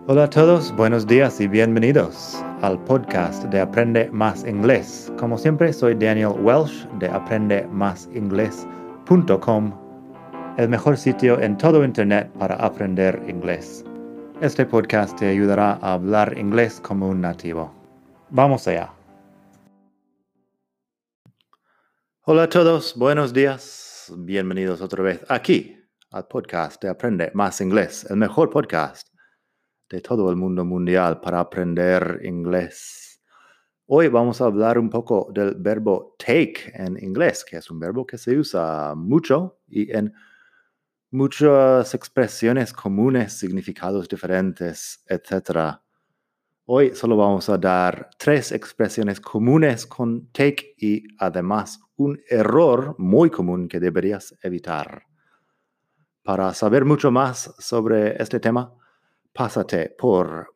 Hola a todos, buenos días y bienvenidos al podcast de Aprende Más Inglés. Como siempre, soy Daniel Welsh de aprendemasingles.com, el mejor sitio en todo Internet para aprender inglés. Este podcast te ayudará a hablar inglés como un nativo. Vamos allá. Hola a todos, buenos días, bienvenidos otra vez aquí al podcast de Aprende Más Inglés, el mejor podcast de todo el mundo mundial para aprender inglés. Hoy vamos a hablar un poco del verbo take en inglés, que es un verbo que se usa mucho y en muchas expresiones comunes, significados diferentes, etc. Hoy solo vamos a dar 3 expresiones comunes con take y además un error muy común que deberías evitar. Para saber mucho más sobre este tema, pásate por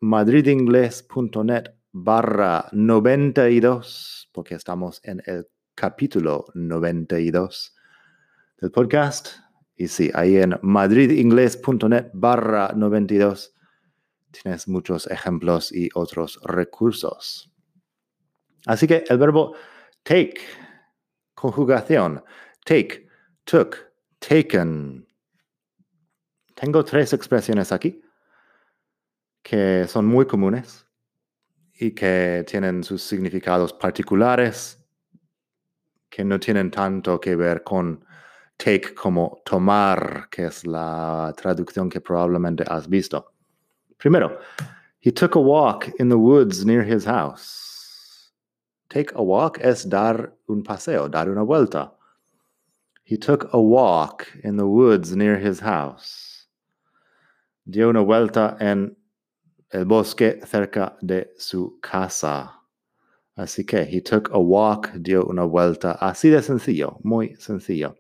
madridingles.net/92, porque estamos en el capítulo 92 del podcast. Y sí, ahí en madridingles.net/92 tienes muchos ejemplos y otros recursos. Así que el verbo take, conjugación, take, took, taken. Tengo 3 expresiones aquí que son muy comunes y que tienen sus significados particulares que no tienen tanto que ver con take como tomar, que es la traducción que probablemente has visto. Primero, he took a walk in the woods near his house. Take a walk es dar un paseo, dar una vuelta. He took a walk in the woods near his house. Dio una vuelta en el bosque cerca de su casa. Así que he took a walk, dio una vuelta, así de sencillo, muy sencillo.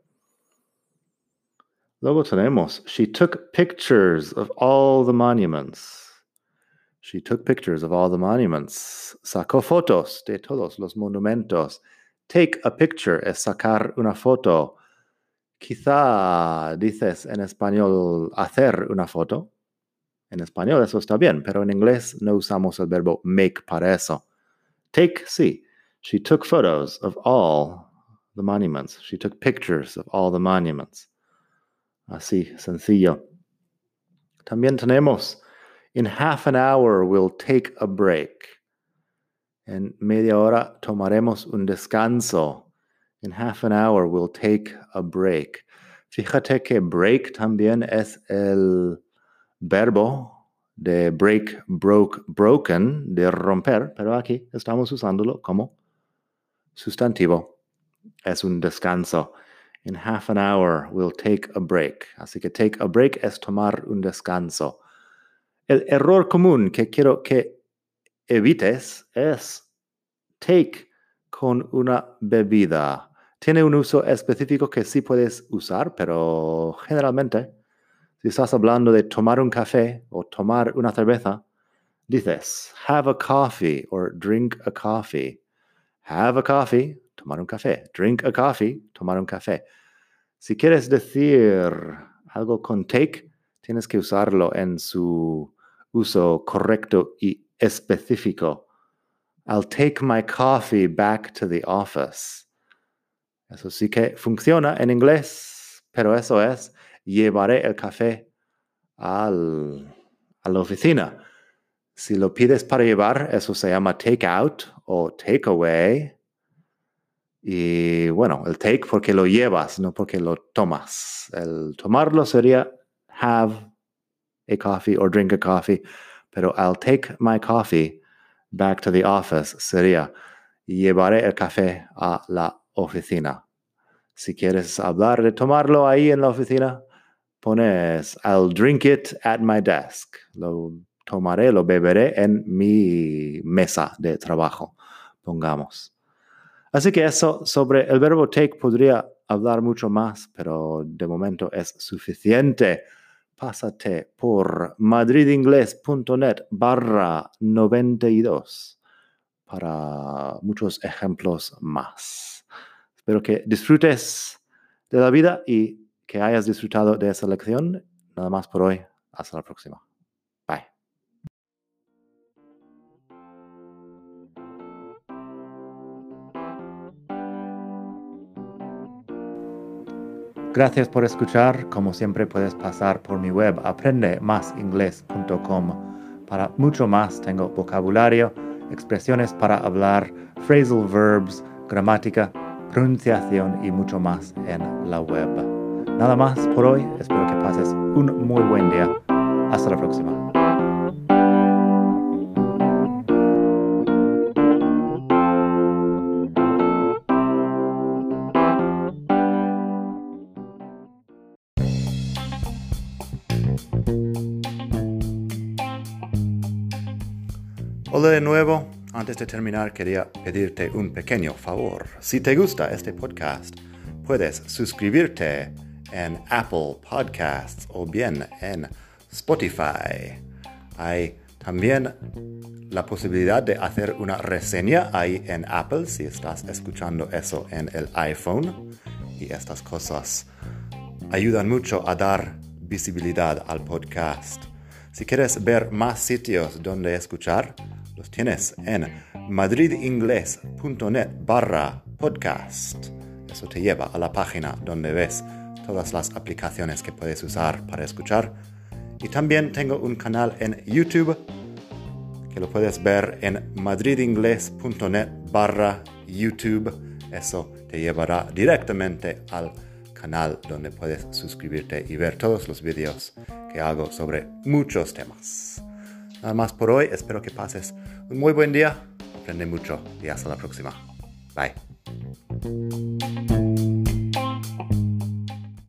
Luego tenemos, she took pictures of all the monuments. She took pictures of all the monuments. Sacó fotos de todos los monumentos. Take a picture es sacar una foto. Quizá dices en español hacer una foto. En español eso está bien, pero en inglés no usamos el verbo make para eso. Take, sí. She took photos of all the monuments. She took pictures of all the monuments. Así, sencillo. También tenemos, in half an hour we'll take a break. En media hora tomaremos un descanso. In half an hour we'll take a break. Fíjate que break también es el verbo de break, broke, broken, de romper, pero aquí estamos usándolo como sustantivo. Es un descanso. In half an hour we'll take a break. Así que take a break es tomar un descanso. El error común que quiero que evites es take con una bebida. Tiene un uso específico que sí puedes usar, pero generalmente, si estás hablando de tomar un café o tomar una cerveza, dices have a coffee or drink a coffee. Have a coffee, tomar un café. Drink a coffee, tomar un café. Si quieres decir algo con take, tienes que usarlo en su uso correcto y específico. I'll take my coffee back to the office. Eso sí que funciona en inglés, pero eso es, llevaré el café a la oficina. Si lo pides para llevar, eso se llama take out o take away. Y bueno, el take porque lo llevas, no porque lo tomas. El tomarlo sería have a coffee or drink a coffee, pero I'll take my coffee back to the office sería llevaré el café a la oficina. Si quieres hablar de tomarlo ahí en la oficina, pones I'll drink it at my desk. Lo tomaré, lo beberé en mi mesa de trabajo, pongamos. Así que eso sobre el verbo take podría hablar mucho más, pero de momento es suficiente. Pásate por madridingles.net/92 para muchos ejemplos más. Espero que disfrutes de la vida y que hayas disfrutado de esa lección. Nada más por hoy. Hasta la próxima. Bye. Gracias por escuchar. Como siempre puedes pasar por mi web aprendemasingles.com. Para mucho más tengo vocabulario, expresiones para hablar, phrasal verbs, gramática, pronunciación y mucho más en la web. Nada más por hoy. Espero que pases un muy buen día. Hasta la próxima. Hola de nuevo. Antes de terminar, quería pedirte un pequeño favor. Si te gusta este podcast, puedes suscribirte en Apple Podcasts o bien en Spotify. Hay también la posibilidad de hacer una reseña ahí en Apple si estás escuchando eso en el iPhone. Y estas cosas ayudan mucho a dar visibilidad al podcast. Si quieres ver más sitios donde escuchar, los tienes en madridingles.net/podcast. Eso te lleva a la página donde ves todas las aplicaciones que puedes usar para escuchar. Y también tengo un canal en YouTube que lo puedes ver en madridingles.net/YouTube. Eso te llevará directamente al canal donde puedes suscribirte y ver todos los vídeos que hago sobre muchos temas. Nada más por hoy. Espero que pases un muy buen día. Aprende mucho y hasta la próxima. Bye.